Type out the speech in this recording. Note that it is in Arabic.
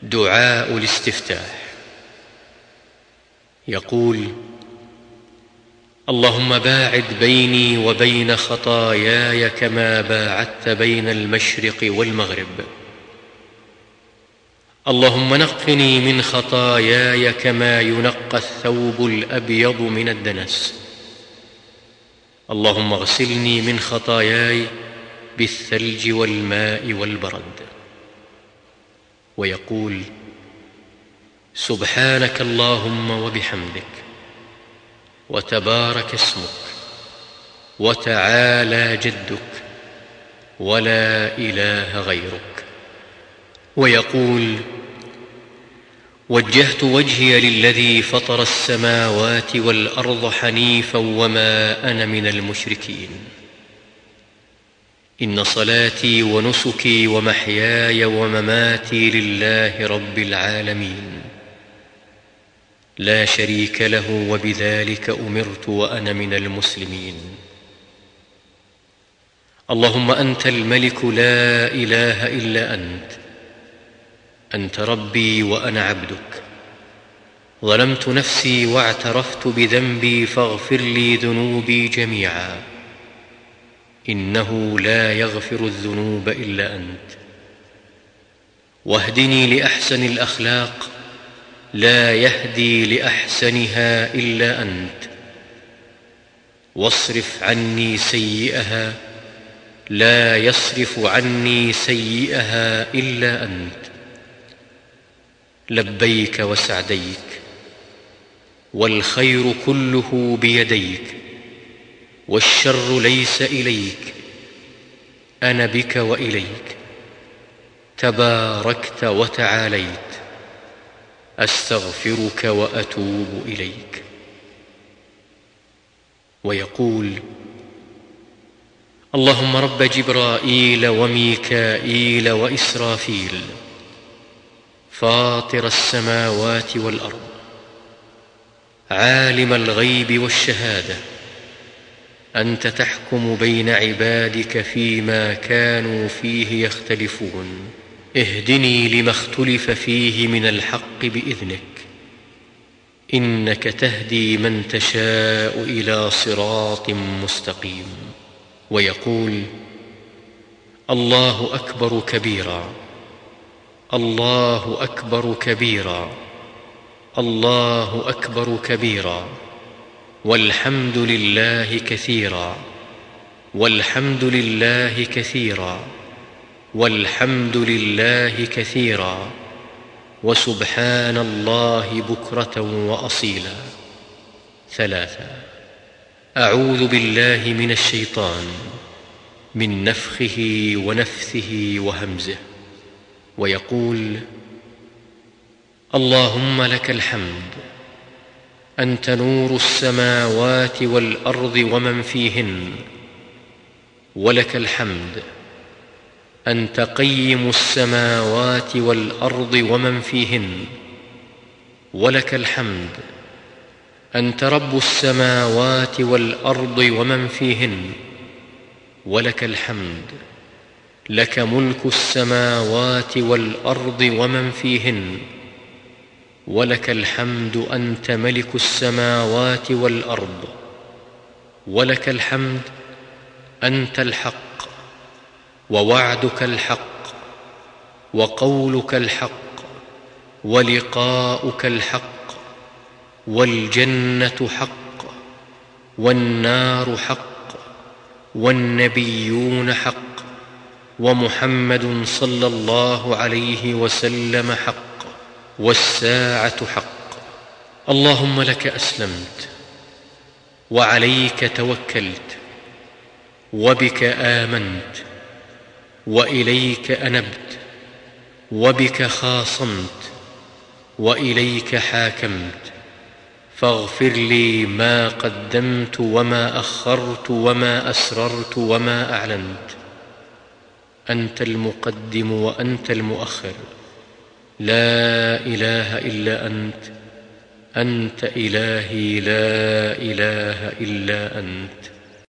دعاء الاستفتاح. يقول: اللهم باعد بيني وبين خطاياي كما باعدت بين المشرق والمغرب. اللهم نقني من خطاياي كما ينقى الثوب الأبيض من الدنس. اللهم اغسلني من خطاياي بالثلج والماء والبرد. ويقول: سبحانك اللهم وبحمدك، وتبارك اسمك، وتعالى جدك، ولا إله غيرك. ويقول: وجهت وجهي للذي فطر السماوات والأرض حنيفا وما أنا من المشركين. إن صلاتي ونسكي ومحياي ومماتي لله رب العالمين، لا شريك له، وبذلك أمرت وأنا من المسلمين. اللهم أنت الملك لا إله إلا أنت. أنت ربي وأنا عبدك. ظلمت نفسي واعترفت بذنبي، فاغفر لي ذنوبي جميعا، إنه لا يغفر الذنوب إلا أنت. واهدني لأحسن الأخلاق، لا يهدي لأحسنها إلا أنت. واصرف عني سيئها، لا يصرف عني سيئها إلا أنت. لبيك وسعديك، والخير كله بيديك، والشر ليس إليك، أنا بك وإليك. تباركت وتعاليت، أستغفرك وأتوب إليك. ويقول: اللهم رب جبرائيل وميكائيل وإسرافيل، فاطر السماوات والأرض، عالم الغيب والشهادة، أنت تحكم بين عبادك فيما كانوا فيه يختلفون. اهدني لما اختلف فيه من الحق بإذنك، إنك تهدي من تشاء إلى صراط مستقيم. ويقول: الله أكبر كبيرا، الله أكبر كبيرا، الله أكبر كبيرا، والحمد لله كثيرا، والحمد لله كثيرا، والحمد لله كثيرا، وسبحان الله بكرة وأصيلا. 3. أعوذ بالله من الشيطان، من نفخه ونفثه وهمزه. ويقول: اللهم لك الحمد، أنت نور السماوات والأرض ومن فيهن، ولك الحمد، أنت قيم السماوات والأرض ومن فيهن، ولك الحمد، أنت رب السماوات والأرض ومن فيهن، ولك الحمد، لك ملك السماوات والأرض ومن فيهن، ولك الحمد، أنت ملك السماوات والأرض، ولك الحمد، أنت الحق، ووعدك الحق، وقولك الحق، ولقاؤك الحق، والجنة حق، والنار حق، والنبيون حق، ومحمد صلى الله عليه وسلم حق، والساعة حق. اللهم لك أسلمت، وعليك توكلت، وبك آمنت، وإليك أنبت، وبك خاصمت، وإليك حاكمت. فاغفر لي ما قدمت وما أخرت وما أسررت وما أعلنت. أنت المقدم وأنت المؤخر، لا إله إلا أنت. أنت إلهي، لا إله إلا أنت.